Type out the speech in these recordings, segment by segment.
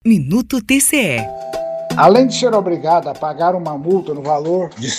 Minuto TCE. Além de ser obrigada a pagar uma multa no valor de R$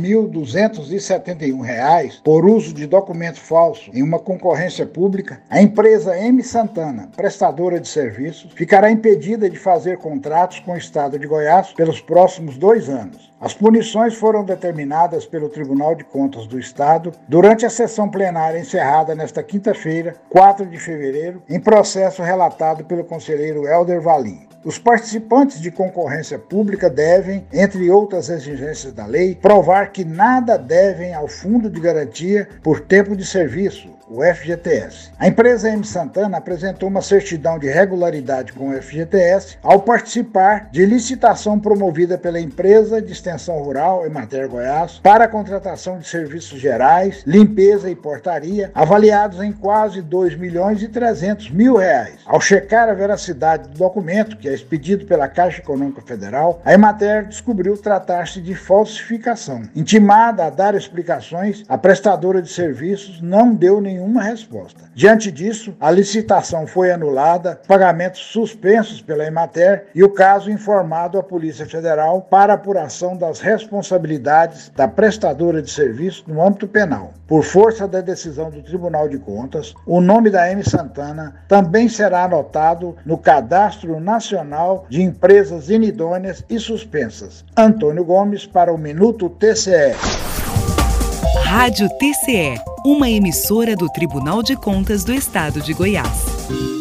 7.271 por uso de documento falso em uma concorrência pública, a empresa M. Santana, prestadora de serviços, ficará impedida de fazer contratos com o Estado de Goiás pelos próximos 2 anos. As punições foram determinadas pelo Tribunal de Contas do Estado durante a sessão plenária encerrada nesta quinta-feira, 4 de fevereiro, em processo relatado pelo conselheiro Helder Valim. Os participantes de concorrência pública devem, entre outras exigências da lei, provar que nada devem ao Fundo de Garantia por Tempo de Serviço, o FGTS. A empresa M. Santana apresentou uma certidão de regularidade com o FGTS ao participar de licitação promovida pela empresa de extensão rural Emater Goiás para a contratação de serviços gerais, limpeza e portaria, avaliados em quase R$ 2.300.000. Ao checar a veracidade do documento, que é expedido pela Caixa Econômica Federal, a Emater descobriu tratar-se de falsificação. Intimada a dar explicações, a prestadora de serviços não deu nenhuma resposta. Diante disso, a licitação foi anulada, pagamentos suspensos pela Emater e o caso informado à Polícia Federal para apuração das responsabilidades da prestadora de serviço no âmbito penal. Por força da decisão do Tribunal de Contas, o nome da M. Santana também será anotado no Cadastro Nacional de Empresas Inidôneas e Suspensas. Antônio Gomes para o Minuto TCE. Rádio TCE, uma emissora do Tribunal de Contas do Estado de Goiás.